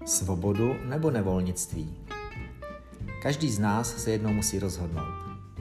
Svobodu nebo nevolnictví? Každý z nás se jednou musí rozhodnout.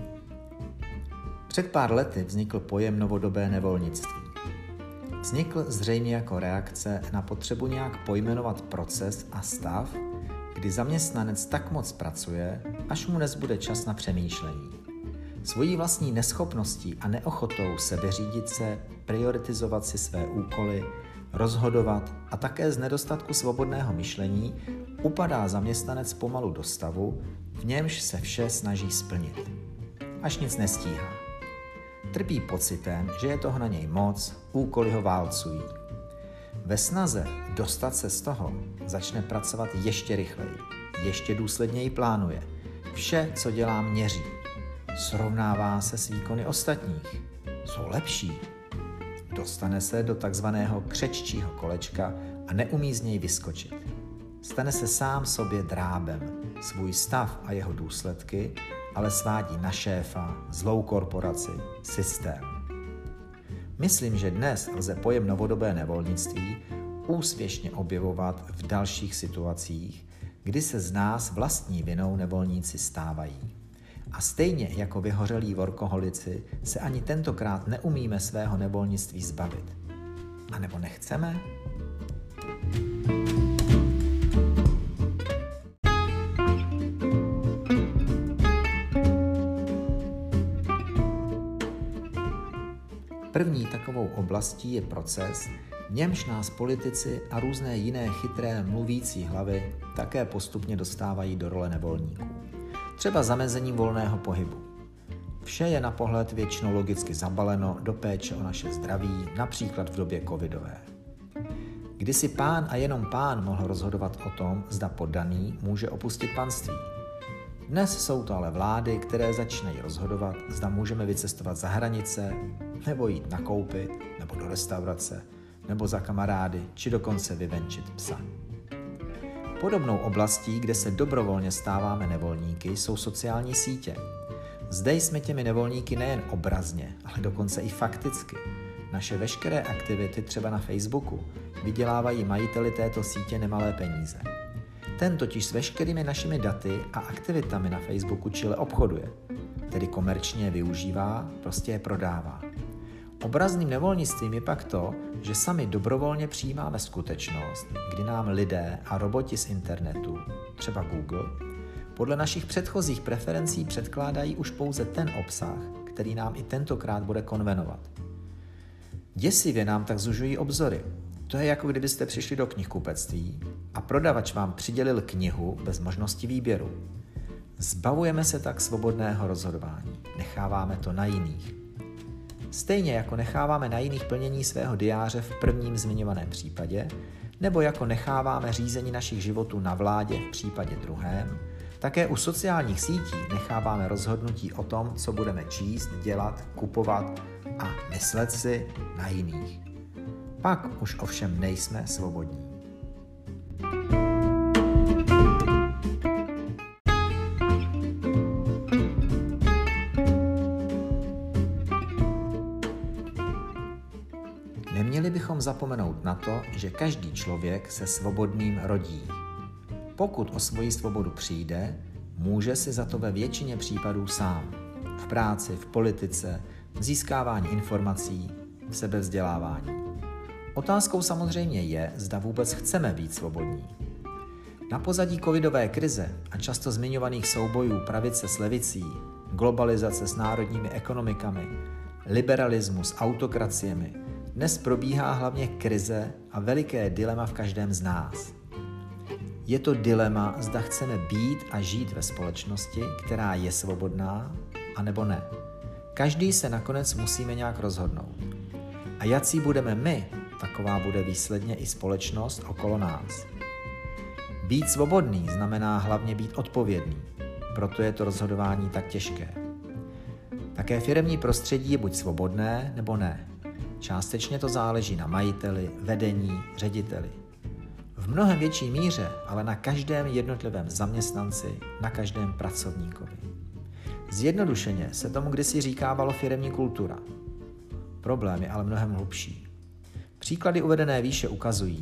Před pár lety vznikl pojem novodobé nevolnictví. Vznikl zřejmě jako reakce na potřebu nějak pojmenovat proces a stav, kdy zaměstnanec tak moc pracuje, až mu nezbude čas na přemýšlení. Svojí vlastní neschopností a neochotou sebeřídit se, prioritizovat si své úkoly, rozhodovat a také z nedostatku svobodného myšlení upadá zaměstnanec pomalu do stavu, v němž se vše snaží splnit. Až nic nestíhá. Trpí pocitem, že je toho na něj moc, úkoly ho válcují. Ve snaze dostat se z toho začne pracovat ještě rychleji, ještě důsledněji plánuje. Vše, co dělá, měří. Srovnává se s výkony ostatních. Jsou lepší. Dostane se do takzvaného křeččího kolečka a neumí z něj vyskočit. Stane se sám sobě drábem. Svůj stav a jeho důsledky ale svádí na šéfa, zlou korporaci, systém. Myslím, že dnes lze pojem novodobé nevolnictví úspěšně objevovat v dalších situacích, kdy se z nás vlastní vinou nevolníci stávají. A stejně jako vyhořelí workoholici se ani tentokrát neumíme svého nevolnictví zbavit. A nebo nechceme? První takovou oblastí je proces, v němž nás politici a různé jiné chytré mluvící hlavy také postupně dostávají do role nevolníků. Třeba zamezením volného pohybu. Vše je na pohled většinou logicky zabaleno do péče o naše zdraví, například v době covidové. Kdysi pán a jenom pán mohl rozhodovat o tom, zda poddaný může opustit panství. Dnes jsou to ale vlády, které začínají rozhodovat, zda můžeme vycestovat za hranice, nebo jít nakoupit, nebo do restaurace, nebo za kamarády, či dokonce vyvenčit psa. Podobnou oblastí, kde se dobrovolně stáváme nevolníky, jsou sociální sítě. Zde jsme těmi nevolníky nejen obrazně, ale dokonce i fakticky. Naše veškeré aktivity třeba na Facebooku vydělávají majiteli této sítě nemalé peníze. Ten totiž s veškerými našimi daty a aktivitami na Facebooku čile obchoduje, tedy komerčně je využívá, prostě je prodává. Obrazným nevolnictvím je pak to, že sami dobrovolně přijímáme skutečnost, kdy nám lidé a roboti z internetu, třeba Google, podle našich předchozích preferencí předkládají už pouze ten obsah, který nám i tentokrát bude konvenovat. Děsivě nám tak zužují obzory. To je jako kdybyste přišli do knihkupectví a prodavač vám přidělil knihu bez možnosti výběru. Zbavujeme se tak svobodného rozhodování. Necháváme to na jiných. Stejně jako necháváme na jiných plnění svého diáře v prvním zmiňovaném případě, nebo jako necháváme řízení našich životů na vládě v případě druhém, také u sociálních sítí necháváme rozhodnutí o tom, co budeme číst, dělat, kupovat a myslet si na jiných. Pak už ovšem nejsme svobodní. Neměli bychom zapomenout na to, že každý člověk se svobodným rodí. Pokud o svoji svobodu přijde, může si za to ve většině případů sám. V práci, v politice, v získávání informací, v sebevzdělávání. Otázkou samozřejmě je, zda vůbec chceme být svobodní. Na pozadí covidové krize a často zmiňovaných soubojů pravice s levicí, globalizace s národními ekonomikami, liberalismu s autokraciemi, dnes probíhá hlavně krize a veliké dilema v každém z nás. Je to dilema, zda chceme být a žít ve společnosti, která je svobodná, anebo ne. Každý se nakonec musíme nějak rozhodnout. A jací budeme my, taková bude výsledně i společnost okolo nás. Být svobodný znamená hlavně být odpovědný, proto je to rozhodování tak těžké. Také firemní prostředí je buď svobodné, nebo ne. Částečně to záleží na majiteli, vedení, řediteli. V mnohem větší míře, ale na každém jednotlivém zaměstnanci, na každém pracovníkovi. Zjednodušeně se tomu kdysi říkávalo firemní kultura. Problém je ale mnohem hlubší. Příklady uvedené výše ukazují,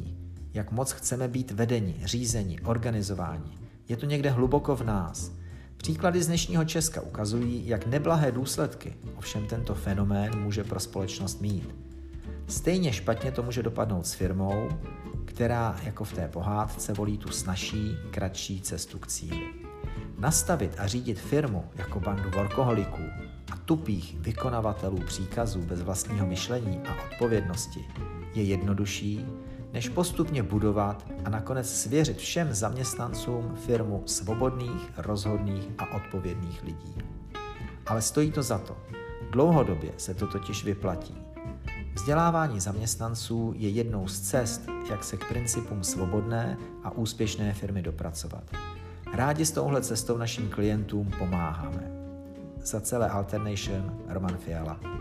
jak moc chceme být vedeni, řízeni, organizováni. Je to někde hluboko v nás. Příklady z dnešního Česka ukazují, jak neblahé důsledky ovšem tento fenomén může pro společnost mít. Stejně špatně to může dopadnout s firmou, která jako v té pohádce volí tu snazší, kratší cestu k cíli. Nastavit a řídit firmu jako bandu workoholiků a tupých vykonavatelů příkazů bez vlastního myšlení a odpovědnosti je jednodušší, než postupně budovat a nakonec svěřit všem zaměstnancům firmu svobodných, rozhodných a odpovědných lidí. Ale stojí to za to. Dlouhodobě se to totiž vyplatí. Vzdělávání zaměstnanců je jednou z cest, jak se k principům svobodné a úspěšné firmy dopracovat. Rádi s touhle cestou našim klientům pomáháme. Za celé Alternation Roman Fiala.